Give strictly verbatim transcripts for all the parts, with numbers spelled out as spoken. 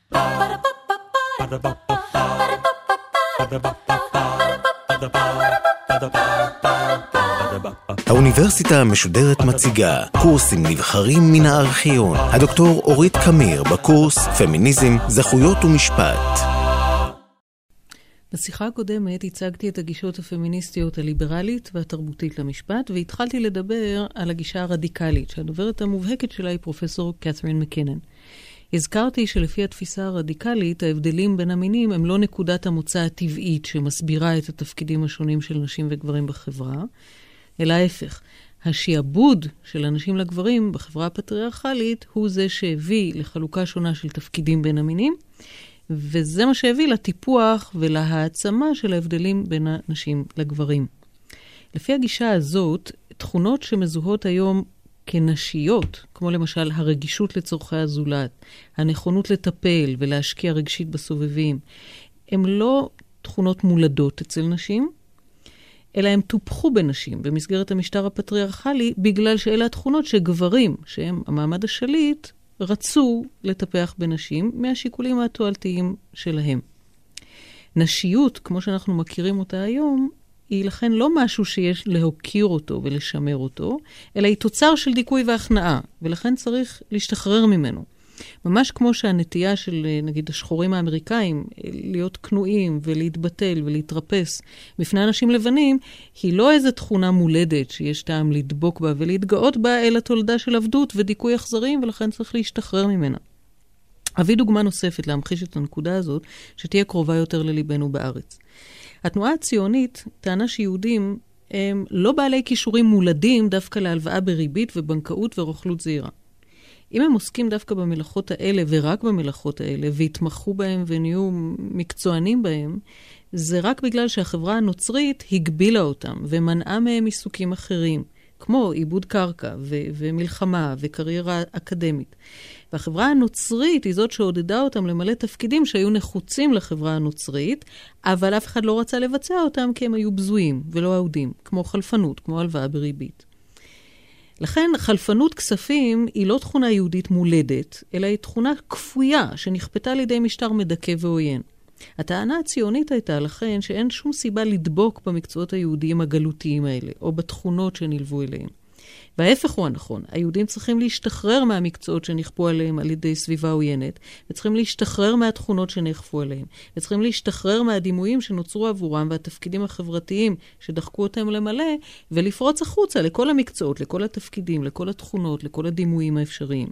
האוניברסיטה המשודרת מציגה קורסים נבחרים מן הארכיון. הדוקטור אורית קמיר בקורס פמיניזם, זכויות ומשפט. בשיחה הקודמת הצגתי את הגישות הפמיניסטיות הליברלית והתרבותית למשפט, והתחלתי לדבר על הגישה הרדיקלית, שהדוברת המובהקת שלה היא פרופסור קת'רין מקינון. הזכרתי שלפי התפיסה הרדיקלית, ההבדלים בין המינים הם לא נקודת המוצא הטבעית שמסבירה את התפקידים השונים של נשים וגברים בחברה, אלא ההפך. השיעבוד של הנשים לגברים בחברה הפטריארכלית הוא זה שהביא לחלוקה שונה של תפקידים בין המינים, וזה מה שהביא לטיפוח ולהעצמה של ההבדלים בין הנשים לגברים. לפי הגישה הזאת, תכונות שמזוהות היום כנשיות, כמו למשל הרגישות לצורכי הזולת, הנכונות לטפל ולהשקיע רגשית בסובבים, הן לא תכונות מולדות אצל נשים, אלא הם טופחו בנשים במסגרת המשטר הפטריארכלי, בגלל שאלה התכונות שגברים, שהם המעמד השליט, רצו לטפח בנשים מהשיקולים התועלתיים שלהם. נשיות, כמו שאנחנו מכירים אותה היום, היא לכן לא משהו שיש להוקיר אותו ולשמר אותו, אלא היא תוצר של דיכוי והכנעה, ולכן צריך להשתחרר ממנו. ממש כמו שהנטייה של, נגיד, השחורים האמריקאים, להיות כנועים ולהתבטל ולהתרפס בפני אנשים לבנים, היא לא איזו תכונה מולדת שיש טעם לדבוק בה ולהתגאות בה, אלא תולדה של עבדות ודיכוי אכזריים, ולכן צריך להשתחרר ממנה. אביא דוגמה נוספת להמחיש את הנקודה הזאת, שתהיה קרובה יותר לליבנו בארץ. התנועה הציונית טענה שיהודים הם לא בעלי כישורים מולדים דווקא להלוואה בריבית ובנקאות ורוכלות זהירה. אם הם עוסקים דווקא במלאכות האלה ורק במלאכות האלה והתמחו בהם ונהיו מקצוענים בהם, זה רק בגלל שהחברה הנוצרית הגבילה אותם ומנעה מהם עיסוקים אחרים, כמו עיבוד קרקע ו- ומלחמה וקריירה אקדמית. והחברה הנוצרית היא זאת שעודדה אותם למלא תפקידים שהיו נחוצים לחברה הנוצרית, אבל אף אחד לא רצה לבצע אותם כי הם היו בזויים ולא אהודים, כמו חלפנות, כמו הלוואה בריבית. לכן חלפנות כספים היא לא תכונה יהודית מולדת, אלא היא תכונה כפויה שנכפתה על ידי משטר מדכא ועוין. הטענה הציונית הייתה לכן שאין שום סיבה לדבוק במקצועות היהודיים הגלותיים האלה, או בתכונות שנלוו אליהם. וההפך הוא הנכון, היהודים צריכים להשתחרר מהמקצועות שנכפו עליהם על ידי סביבה עוינת, וצריכים להשתחרר מהתכונות שנכפו עליהם, וצריכים להשתחרר מהדימויים שנוצרו עבורם והתפקידים החברתיים שדחקו אותם למלא, ולפרוץ החוצה לכל המקצועות, לכל התפקידים, לכל התכונות, לכל הדימויים האפשריים.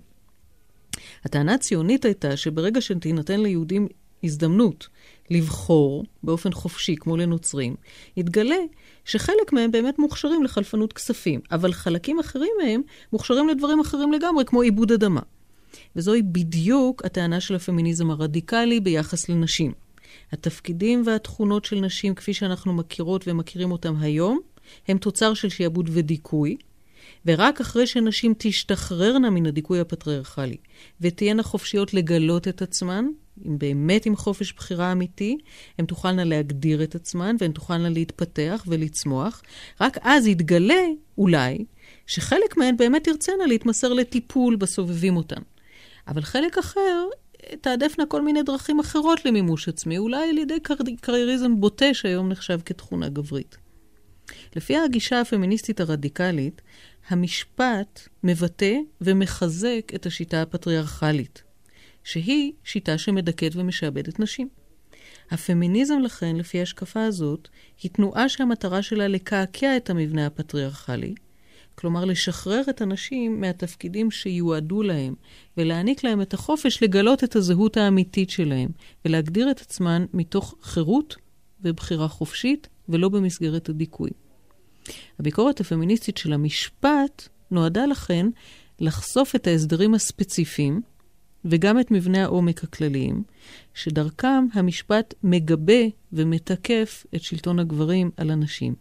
הטענה הציונית הייתה שברגע שתינתן ליהודים הזדמנות לבחור באופן חופשי כמו לנוצרים, יתגלה שחלק מהם באמת מוכשרים לחלפנות כספים, אבל חלקים אחרים מהם מוכשרים לדברים אחרים לגמרי, כמו עיבוד אדמה. וזוהי בדיוק הטענה של הפמיניזם הרדיקלי ביחס לנשים. התפקידים והתכונות של נשים, כפי שאנחנו מכירות ומכירים אותם היום, הם תוצר של שיעבוד ודיכוי, ורק אחרי שנשים תשתחררנה מן הדיכוי הפטריארכלי, ותהיינה חופשיות לגלות את עצמן, אם באמת עם חופש בחירה אמיתי, הן תוכלנה להגדיר את עצמן, והן תוכלנה להתפתח ולצמוח. רק אז יתגלה, אולי, שחלק מהן באמת תרצנה להתמסר לטיפול בסובבים אותן. אבל חלק אחר תעדפנה כל מיני דרכים אחרות למימוש עצמי, אולי על ידי קר... קרייריזם בוטה שהיום נחשב כתכונה גברית. לפי הגישה הפמיניסטית הרדיקלית, המשפט מבטא ומחזק את השיטה הפטריארכלית, שהיא שיטה שמדכאת ומשעבדת נשים. הפמיניזם לכן, לפי ההשקפה הזאת, היא תנועה שהמטרה שלה לקעקע את המבנה הפטריארכלי, כלומר לשחרר את הנשים מהתפקידים שיועדו להם, ולהעניק להם את החופש לגלות את הזהות האמיתית שלהם, ולהגדיר את עצמן מתוך חירות ובחירה חופשית, ולא במסגרת הדיכוי. הביקורת הפמיניסטית של המשפט נועדה לכן לחשוף את ההסדרים הספציפיים, וגם את מבנה העומק הכלליים, שדרכם המשפט מגבה ומתקף את שלטון הגברים על הנשים.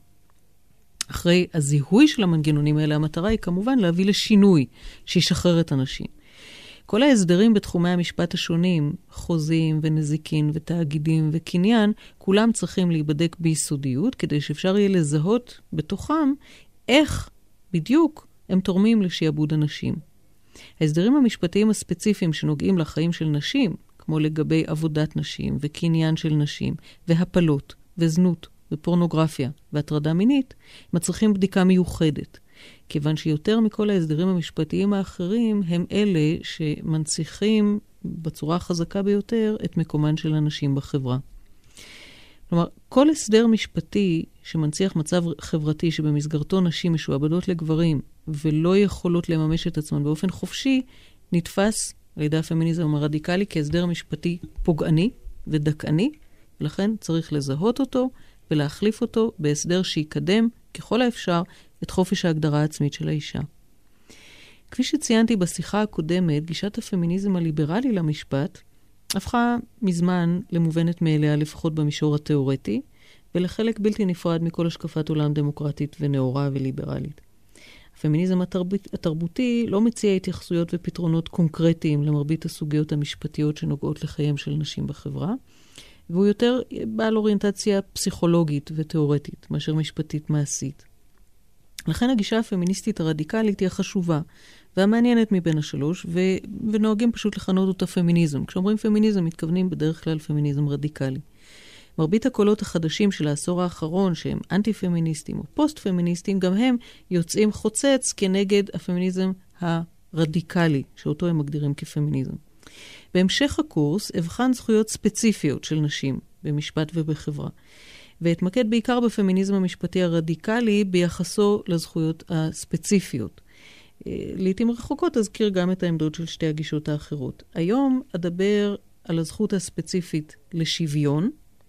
אחרי הזיהוי של המנגנונים האלה, המטרה היא כמובן להביא לשינוי שישחרר את הנשים. כל ההסדרים בתחומי המשפט השונים, חוזים ונזיקין ותאגידים וקניין, כולם צריכים להיבדק ביסודיות, כדי שאפשר יהיה לזהות בתוכם איך בדיוק הם תורמים לשיעבוד הנשים. ההסדרים המשפטיים הספציפיים שנוגעים לחיים של נשים, כמו לגבי עבודת נשים וקניין של נשים והפלות וזנות ופורנוגרפיה והטרדה מינית, מצריכים בדיקה מיוחדת. כיוון שיותר מכל ההסדרים המשפטיים האחרים הם אלה שמנציחים בצורה החזקה ביותר את מקומן של הנשים בחברה. כלומר, כל הסדר משפטי שמנציח מצב חברתי שבמסגרתו נשים משועבדות לגברים ולא יכולות לממש את עצמן באופן חופשי, נתפס על ידי הפמיניזם הרדיקלי כהסדר משפטי פוגעני ודכאני, ולכן צריך לזהות אותו ולהחליף אותו בהסדר שיקדם ככל האפשר את חופש ההגדרה העצמית של האישה. כפי שציינתי בשיחה הקודמת, גישת הפמיניזם הליברלי למשפט הפכה מזמן למובנת מאליה לפחות במישור התיאורטי, ולחלק בלתי נפרד מכל השקפת עולם דמוקרטית ונאורה וליברלית. הפמיניזם התרבות, התרבותי לא מציע התייחסויות ופתרונות קונקרטיים למרבית הסוגיות המשפטיות שנוגעות לחיים של נשים בחברה, והוא יותר בעל אוריינטציה פסיכולוגית ותיאורטית, מאשר משפטית מעשית. לכן הגישה הפמיניסטית הרדיקלית היא החשובה והמעניינת מבין השלוש, ו... ונוהגים פשוט לכנות אותה פמיניזם. כשאומרים פמיניזם, מתכוונים בדרך כלל פמיניזם רדיקלי. מרבית הקולות החדשים של העשור האחרון, שהם אנטי-פמיניסטים או פוסט-פמיניסטים, גם הם יוצאים חוצץ כנגד הפמיניזם הרדיקלי, שאותו הם מגדירים כפמיניזם. בהמשך הקורס, אבחן זכויות ספציפיות של נשים במשפט ובחברה, והתמקד בעיקר בפמיניזם המשפטי הרדיקלי ביחסו לזכויות הספציפיות. לעתים רחוקות אזכיר גם את העמדות של שתי הגישות האחרות. היום אדבר על הזכות הספציפית לשוויון,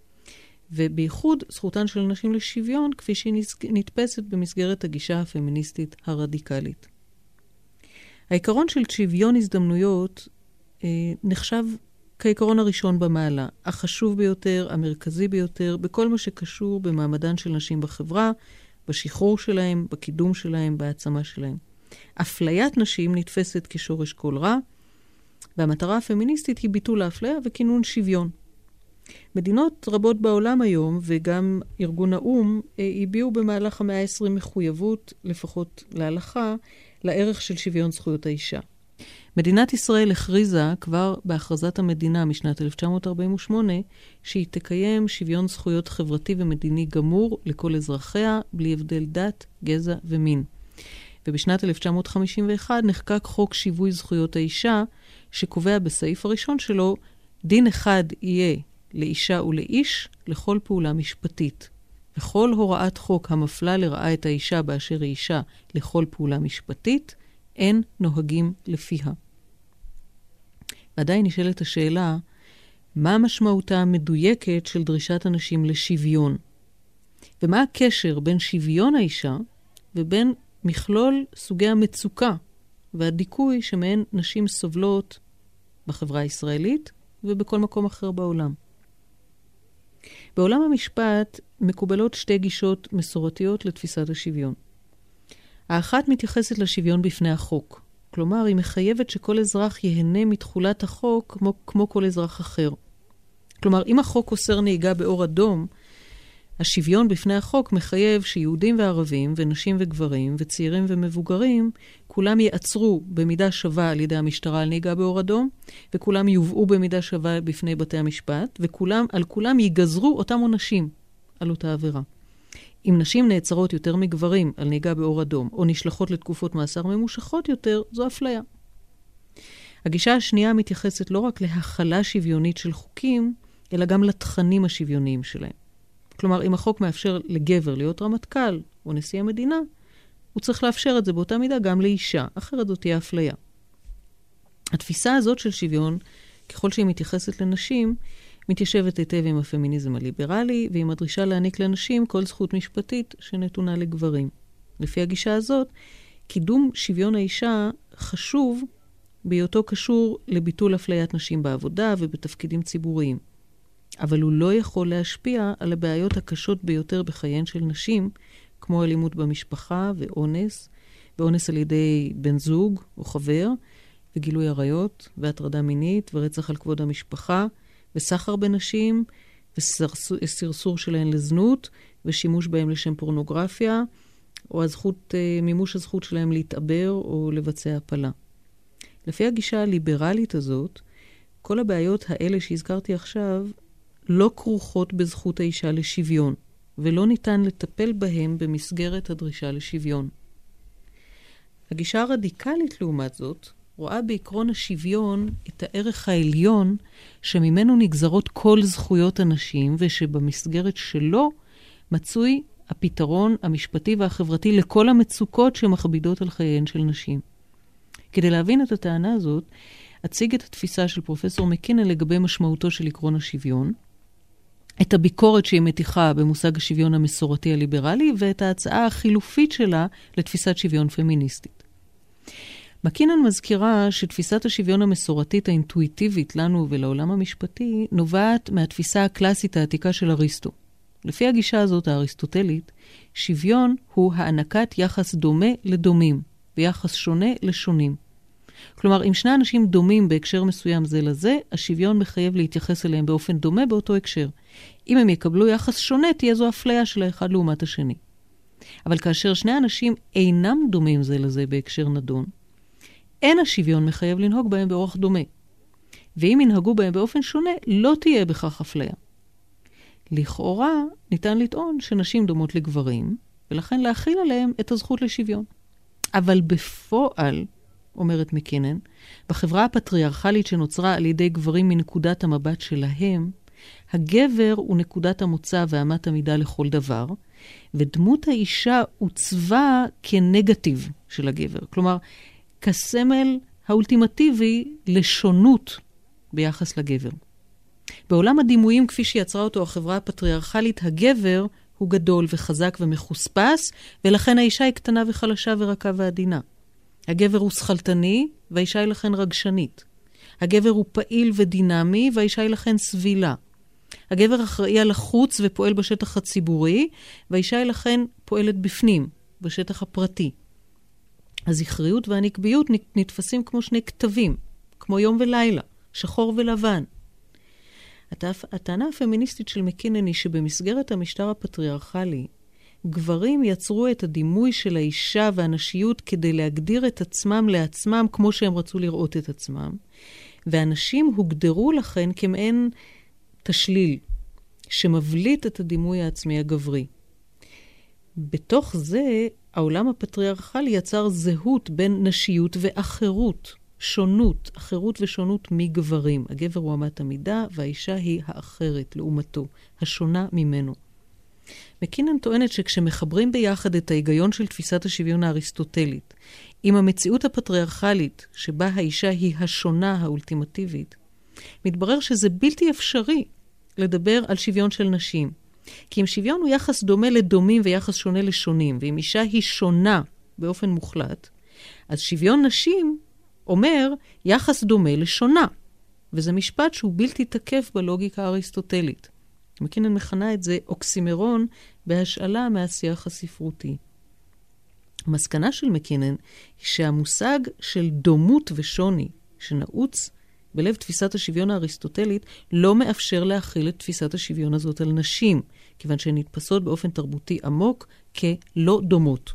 ובייחוד זכותן של נשים לשוויון כפי שהיא נתפסת במסגרת הגישה הפמיניסטית הרדיקלית. העיקרון של שוויון הזדמנויות אה, נחשב כעיקרון הראשון במעלה, החשוב ביותר, המרכזי ביותר, בכל מה שקשור במעמדן של נשים בחברה, בשחרור שלהם, בקידום שלהם, בהעצמה שלהם. אפליית נשים נתפסת כשורש כל רע, והמטרה הפמיניסטית היא ביטול האפליה וכינון שוויון. מדינות רבות בעולם היום, וגם ארגון האום, הביעו במהלך המאה ה-עשרים מחויבות, לפחות להלכה, לערך של שוויון זכויות האישה. מדינת ישראל הכריזה כבר בהכרזת המדינה משנת אלף תשע מאות ארבעים ושמונה, שהיא תקיים שוויון זכויות חברתי ומדיני גמור לכל אזרחיה, בלי הבדל דת, גזע ומין. ובשנת אלף תשע מאות חמישים ואחת נחקק חוק שיווי זכויות האישה, שקובע בסעיף הראשון שלו, דין אחד יהיה לאישה ולאיש לכל פעולה משפטית. וכל הוראת חוק המפלה לרעה את האישה באשר היא אישה לכל פעולה משפטית, אין נוהגים לפיה. ועדיין נשאלת השאלה, מה משמעותה המדויקת של דרישת הנשים לשוויון? ומה הקשר בין שוויון האישה ובין מכלול סוגי המצוקה והדיכוי שמהן נשים סובלות בחברה הישראלית ובכל מקום אחר בעולם? בעולם המשפט מקובלות שתי גישות מסורתיות לתפיסת השוויון. האחת מתייחסת לשוויון בפני החוק. כלומר, היא מחייבת שכל אזרח יהנה מתחולת החוק כמו, כמו כל אזרח אחר. כלומר, אם החוק אוסר נהיגה באור אדום, השוויון בפני החוק מחייב שיהודים וערבים ונשים וגברים וצעירים ומבוגרים, כולם יעצרו במידה שווה על ידי המשטרה על נהיגה באור אדום, וכולם יובאו במידה שווה בפני בתי המשפט, וכולם, על כולם ייגזרו אותם עונשים על אותה עבירה. אם נשים נעצרות יותר מגברים על נהיגה באור אדום, או נשלחות לתקופות מאסר ממושכות יותר, זו אפליה. הגישה השנייה מתייחסת לא רק להחלה שוויונית של חוקים, אלא גם לתכנים השוויוניים שלהם. כלומר, אם החוק מאפשר לגבר להיות רמטכ"ל או נשיא המדינה, הוא צריך לאפשר את זה באותה מידה גם לאישה, אחרת זאת תהיה אפליה. התפיסה הזאת של שוויון, ככל שהיא מתייחסת לנשים, מתיישבת היטב עם הפמיניזם הליברלי, ועם הדרישה להעניק לנשים כל זכות משפטית שנתונה לגברים. לפי הגישה הזאת, קידום שוויון האישה חשוב בהיותו קשור לביטול אפליית נשים בעבודה ובתפקידים ציבוריים. אבל הוא לא יכול להשפיע על הבעיות הקשות ביותר בחייהן של נשים, כמו אלימות במשפחה ואונס, ואונס על ידי בן זוג או חבר, וגילוי עריות והטרדה מינית ורצח על כבוד המשפחה, וסחר בנשים, וסרסור שלהן לזנות, ושימוש בהם לשם פורנוגרפיה, או הזכות, מימוש הזכות שלהם להתעבר או לבצע הפלה. לפי הגישה הליברלית הזאת, כל הבעיות האלה שהזכרתי עכשיו לא כרוכות בזכות האישה לשוויון, ולא ניתן לטפל בהם במסגרת הדרישה לשוויון. הגישה הרדיקלית לעומת זאת רואה בעקרון השוויון את הערך העליון שממנו נגזרות כל זכויות הנשים, ושבמסגרת שלו מצוי הפתרון המשפטי והחברתי לכל המצוקות שמכבידות על חייהן של נשים. כדי להבין את הטענה הזאת, אציג את התפיסה של פרופסור מקינן לגבי משמעותו של עקרון השוויון, את הביקורת שהיא מתיחה במושג השוויון המסורתי הליברלי, ואת ההצעה החילופית שלה לתפיסת שוויון פמיניסטית. מקינן מזכירה שתפיסת השוויון המסורתית האינטואיטיבית לנו ולעולם המשפטי נובעת מהתפיסה הקלאסית העתיקה של אריסטו. לפי הגישה הזאת האריסטוטלית, שוויון הוא הענקת יחס דומה לדומים, ויחס שונה לשונים. כלומר, אם שני אנשים דומים בהקשר מסוים זה לזה, השוויון מחייב להתייחס אליהם באופן דומה באותו הקשר. אם הם יקבלו יחס שונה, תהיה זו אפליה של האחד לעומת השני. אבל כאשר שני אנשים אינם דומים זה לזה בהקשר נדון, אין השוויון מחייב לנהוג בהם באורח דומה. ואם ינהגו בהם באופן שונה, לא תהיה בכך אפליה. לכאורה ניתן לטעון שנשים דומות לגברים, ולכן להכיל עליהם את הזכות לשוויון. אבל בפועל, אומרת מקינן, בחברה הפטריארכלית שנוצרה על ידי גברים מנקודת המבט שלהם, הגבר הוא נקודת המוצא ואמת המידה לכל דבר, ודמות האישה עוצבה כנגטיב של הגבר. כלומר, כסמל האולטימטיבי לשונות ביחס לגבר. בעולם הדימויים כפי שיצרה אותו החברה הפטריארכלית, הגבר הוא גדול וחזק ומחוספס, ולכן האישה היא קטנה וחלשה ורכה ועדינה. הגבר הוא שכלתני, והאישה היא לכן רגשנית. הגבר הוא פעיל ודינמי, והאישה היא לכן סבילה. הגבר אחראי על החוץ ופועל בשטח הציבורי, והאישה היא לכן פועלת בפנים, בשטח הפרטי. הזכריות והנקביות נתפסים כמו שני כתבים, כמו יום ולילה, שחור ולבן. הטענה הפמיניסטית של מקינן היא שבמסגרת המשטר הפטריארכלי, גברים יצרו את הדימוי של האישה והנשיות כדי להגדיר את עצמם לעצמם כמו שהם רצו לראות את עצמם, והנשים הוגדרו לכן כמעין תשליל, שמבליט את הדימוי העצמי הגברי. בתוך זה, העולם הפטריארכלי יצר זהות בין נשיות ואחרות, שונות, אחרות ושונות מגברים. הגבר הוא אמת המידה, והאישה היא האחרת, לעומתו, השונה ממנו. מקינן טוענת שכשמחברים ביחד את ההיגיון של תפיסת השוויון האריסטוטלית, עם המציאות הפטריארכלית, שבה האישה היא השונה האולטימטיבית, מתברר שזה בלתי אפשרי לדבר על שוויון של נשים. כי אם שוויון הוא יחס דומה לדומים ויחס שונה לשונים, ואם אישה היא שונה באופן מוחלט, אז שוויון נשים אומר יחס דומה לשונה. וזה משפט שהוא בלתי תקף בלוגיקה האריסטוטלית. מקינן מכנה את זה אוקסימרון בהשאלה מהשיח הספרותי. המסקנה של מקינן היא שהמושג של דומות ושוני שנעוץ בלב תפיסת השוויון האריסטוטלית לא מאפשר להכיל את תפיסת השוויון הזאת על נשים, כיוון שהן נתפסות באופן תרבותי עמוק כלא דומות.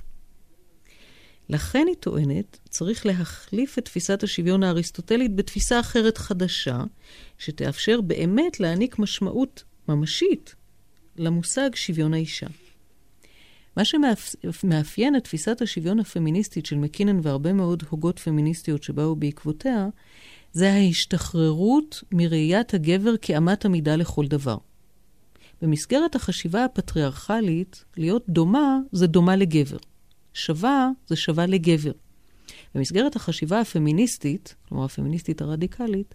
לכן היא טוענת, צריך להחליף את תפיסת השוויון האריסטוטלית בתפיסה אחרת חדשה, שתאפשר באמת להעניק משמעות ממשית למושג שוויון האישה. מה שמאפיין את תפיסת השוויון הפמיניסטית של מקינן והרבה מאוד הוגות פמיניסטיות שבאו בעקבותיה, זה ההשתחררות מראיית הגבר כאמת המידה לכל דבר. במסגרת החשיבה הפטריארכלית, להיות דומה זה דומה לגבר. שווה זה שווה לגבר. במסגרת החשיבה הפמיניסטית, כלומר הפמיניסטית הרדיקלית,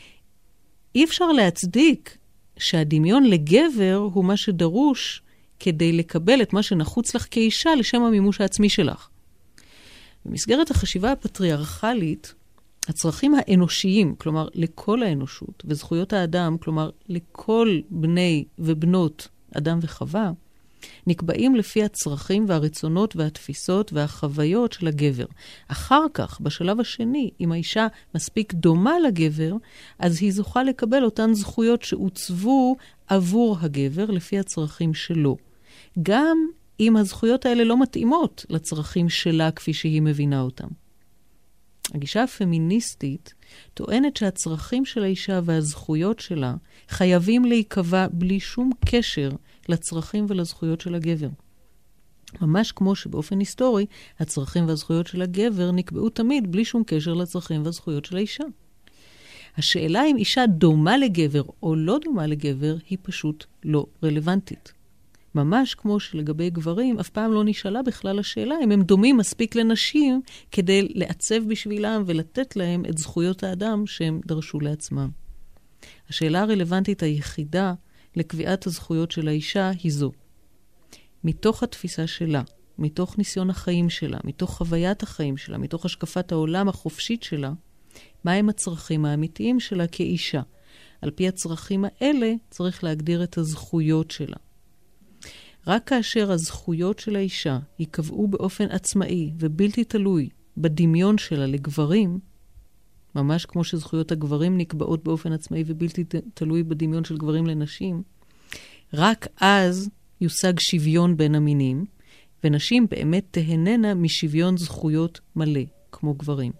אי אפשר להצדיק שהדמיון לגבר הוא מה שדרוש כדי לקבל את מה שנחוץ לך כאישה לשם המימוש העצמי שלך. במסגרת החשיבה הפטריארכלית, הצרכים האנושיים, כלומר לכל האנושות, וזכויות האדם, כלומר לכל בני ובנות אדם וחווה, נקבעים לפי הצרכים והרצונות והתפיסות והחוויות של הגבר. אחר כך, בשלב השני, אם האישה מספיק דומה לגבר, אז היא זוכה לקבל אותן זכויות שעוצבו עבור הגבר לפי הצרכים שלו. גם אם הזכויות האלה לא מתאימות לצרכים שלה כפי שהיא מבינה אותם. הגישה הפמיניסטית טוענת שהצרכים של האישה והזכויות שלה חייבים להיקבע בלי שום קשר לצרכים ולזכויות של הגבר. ממש כמו שבאופן היסטורי, הצרכים והזכויות של הגבר נקבעו תמיד בלי שום קשר לצרכים והזכויות של האישה. השאלה אם אישה דומה לגבר או לא דומה לגבר היא פשוט לא רלוונטית. ממש כמו שלגבי גברים אף פעם לא נשאלה בכלל השאלה אם הם דומים מספיק לנשים כדי לעצב בשבילם ולתת להם את זכויות האדם שהם דרשו לעצמם. השאלה הרלוונטית היחידה לקביעת הזכויות של האישה היא זו. מתוך התפיסה שלה, מתוך ניסיון החיים שלה, מתוך חוויית החיים שלה, מתוך השקפת העולם החופשית שלה, מהם הצרכים האמיתיים שלה כאישה. על פי הצרכים האלה צריך להגדיר את הזכויות שלה. רק כאשר הזכויות של האישה יקבעו באופן עצמאי ובלתי תלוי בדמיון שלה לגברים, ממש כמו שזכויות הגברים נקבעות באופן עצמאי ובלתי תלוי בדמיון של גברים לנשים, רק אז יושג שוויון בין המינים, ונשים באמת תהננה משוויון זכויות מלא, כמו גברים.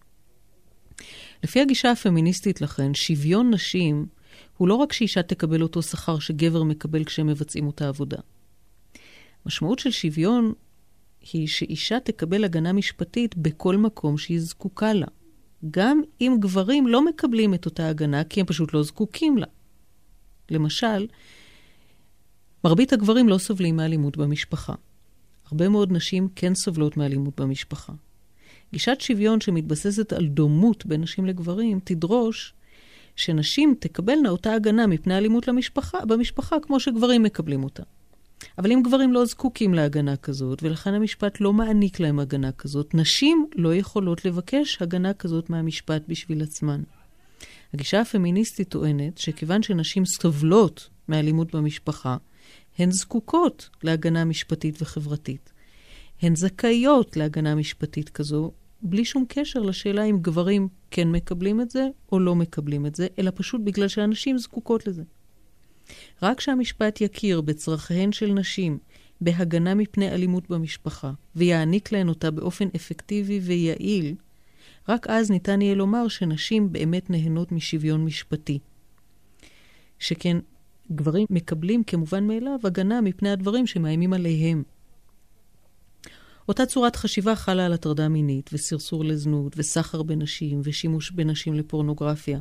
לפי הגישה הפמיניסטית לכן, שוויון נשים הוא לא רק שאישה תקבל אותו שכר שגבר מקבל כשהם מבצעים אותה עבודה. המשמעות של שוויון היא שאישה תקבל הגנה משפטית בכל מקום שהיא זקוקה לה. גם אם גברים לא מקבלים את אותה הגנה כי הם פשוט לא זקוקים לה. למשל, מרבית הגברים לא סובלים מאלימות במשפחה. הרבה מאוד נשים כן סובלות מאלימות במשפחה. גישת שוויון שמתבססת על דומות בין נשים לגברים תדרוש שנשים תקבלנה אותה הגנה מפני אלימות למשפחה, במשפחה כמו שגברים מקבלים אותה. אבל אם גברים לא זקוקים להגנה כזאת, ולכן המשפט לא מעניק להם הגנה כזאת, נשים לא יכולות לבקש הגנה כזאת מהמשפט בשביל עצמן. הגישה הפמיניסטית טוענת שכיוון שנשים סובלות מאלימות במשפחה, הן זקוקות להגנה משפטית וחברתית. הן זכאיות להגנה משפטית כזו, בלי שום קשר לשאלה אם גברים כן מקבלים את זה או לא מקבלים את זה, אלא פשוט בגלל שהנשים זקוקות לזה. רק שהמשפט יכיר בצרכיהן של נשים בהגנה מפני אלימות במשפחה, ויעניק להן אותה באופן אפקטיבי ויעיל, רק אז ניתן יהיה לומר שנשים באמת נהנות משוויון משפטי. שכן גברים מקבלים כמובן מאליו הגנה מפני הדברים שמאיימים עליהם. אותה צורת חשיבה חלה על הטרדה מינית וסרסור לזנות וסחר בנשים ושימוש בנשים לפורנוגרפיה.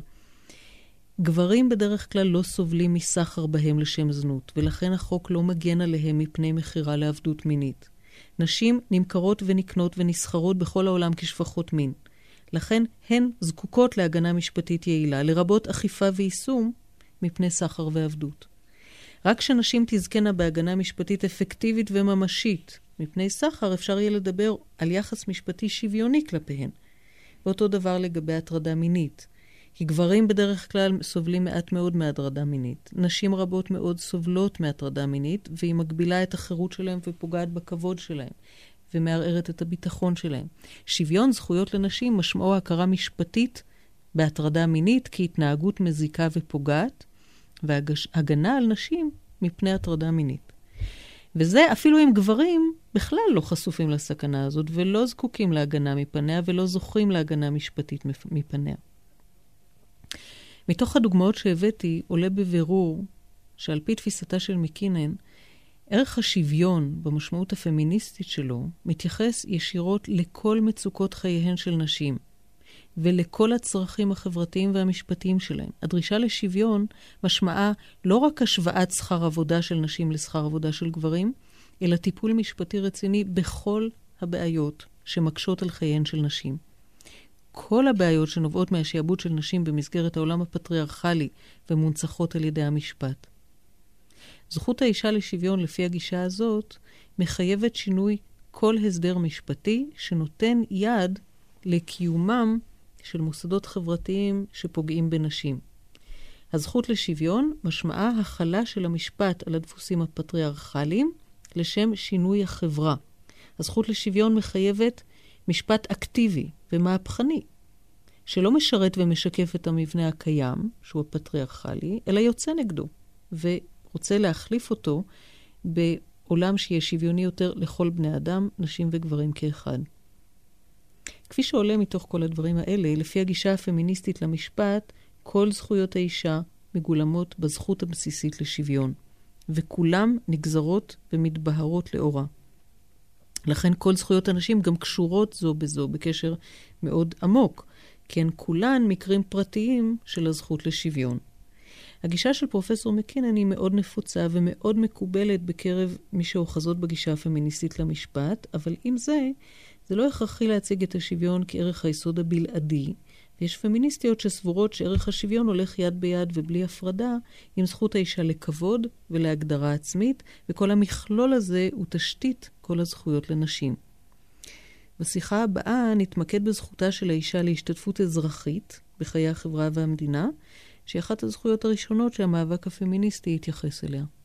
גברים בדרך כלל לא סובלים מסחר בהם לשם זנות, ולכן החוק לא מגן עליהם מפני מחירה לעבדות מינית. נשים נמכרות ונקנות ונסחרות בכל העולם כשפחות מין. לכן הן זקוקות להגנה משפטית יעילה, לרבות אכיפה ויישום מפני סחר ועבדות. רק כשנשים תזכנה בהגנה משפטית אפקטיבית וממשית מפני סחר, אפשר יהיה לדבר על יחס משפטי שוויוני כלפיהן. ואותו דבר לגבי הטרדה מינית. כי גברים בדרך כלל סובלים מעט מאוד מהטרדה מינית. נשים רבות מאוד סובלות מהטרדה מינית, והיא מגבילה את החירות שלהם ופוגעת בכבוד שלהם, ומערערת את הביטחון שלהם. שוויון זכויות לנשים משמעו הכרה משפטית בהטרדה מינית כהתנהגות מזיקה ופוגעת, והגנה על נשים מפני הטרדה מינית. וזה אפילו אם גברים בכלל לא חשופים לסכנה הזאת, ולא זקוקים להגנה מפניה, ולא זוכים להגנה משפטית מפניה. מתוך הדוגמאות שהבאתי עולה בבירור שעל פי תפיסתה של מקינן, ערך השוויון במשמעות הפמיניסטית שלו מתייחס ישירות לכל מצוקות חייהן של נשים ולכל הצרכים החברתיים והמשפטיים שלהם. הדרישה לשוויון משמעה לא רק השוואת שכר עבודה של נשים לשכר עבודה של גברים, אלא טיפול משפטי רציני בכל הבעיות שמקשות על חייהן של נשים. כל הבעיות שנובעות מהשעבוד של נשים במסגרת העולם הפטריארכלי ומונצחות על ידי המשפט. זכות האישה לשוויון לפי הגישה הזאת מחייבת שינוי כל הסדר משפטי שנותן יד לקיומם של מוסדות חברתיים שפוגעים בנשים. הזכות לשוויון משמעה החלה של המשפט על הדפוסים הפטריארכליים לשם שינוי החברה. הזכות לשוויון מחייבת משפט אקטיבי ומהפכני, שלא משרת ומשקף את המבנה הקיים, שהוא הפטריארכלי, אלא יוצא נגדו, ורוצה להחליף אותו בעולם שיהיה שוויוני יותר לכל בני אדם, נשים וגברים כאחד. כפי שעולה מתוך כל הדברים האלה, לפי הגישה הפמיניסטית למשפט, כל זכויות האישה מגולמות בזכות הבסיסית לשוויון, וכולם נגזרות ומתבהרות לאורה. לכן כל זכויות הנשים גם קשורות זו בזו בקשר מאוד עמוק, כי הן כולן מקרים פרטיים של הזכות לשוויון. הגישה של פרופסור מקינן היא מאוד נפוצה ומאוד מקובלת בקרב מי שאוחזות בגישה הפמיניסטית למשפט, אבל עם זה, זה לא הכרחי להציג את השוויון כערך היסוד הבלעדי, ויש פמיניסטיות שסבורות שערך השוויון הולך יד ביד ובלי הפרדה עם זכות האישה לכבוד ולהגדרה עצמית, וכל המכלול הזה הוא תשתית כל הזכויות לנשים. בשיחה הבאה נתמקד בזכותה של האישה להשתתפות אזרחית בחיי החברה והמדינה, שהיא אחת הזכויות הראשונות שהמאבק הפמיניסטי התייחס אליה.